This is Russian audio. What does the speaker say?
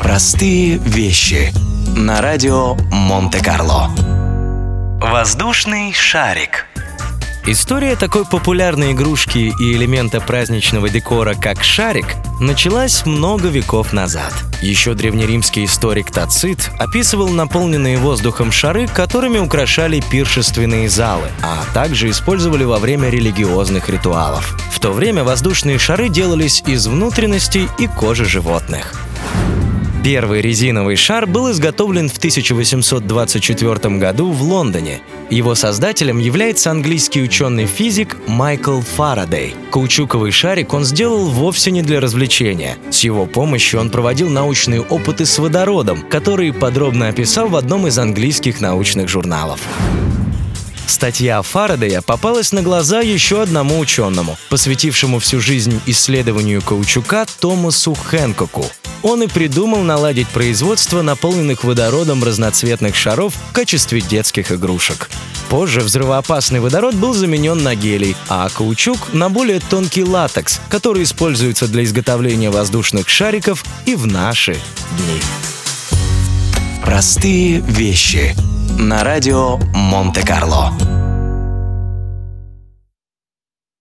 Простые вещи на радио Монте-Карло. Воздушный шарик. История такой популярной игрушки и элемента праздничного декора, как шарик, началась много веков назад. Еще древнеримский историк Тацит описывал наполненные воздухом шары, которыми украшали пиршественные залы, а также использовали во время религиозных ритуалов. В то время воздушные шары делались из внутренностей и кожи животных. Первый резиновый шар был изготовлен в 1824 году в Лондоне. Его создателем является английский ученый-физик Майкл Фарадей. Каучуковый шарик он сделал вовсе не для развлечения. С его помощью он проводил научные опыты с водородом, которые подробно описал в одном из английских научных журналов. Статья Фарадея попалась на глаза еще одному ученому, посвятившему всю жизнь исследованию каучука Томасу Хэнкоку. Он и придумал наладить производство наполненных водородом разноцветных шаров в качестве детских игрушек. Позже взрывоопасный водород был заменен на гелий, а каучук — на более тонкий латекс, который используется для изготовления воздушных шариков и в наши дни. Простые вещи на радио Монте-Карло.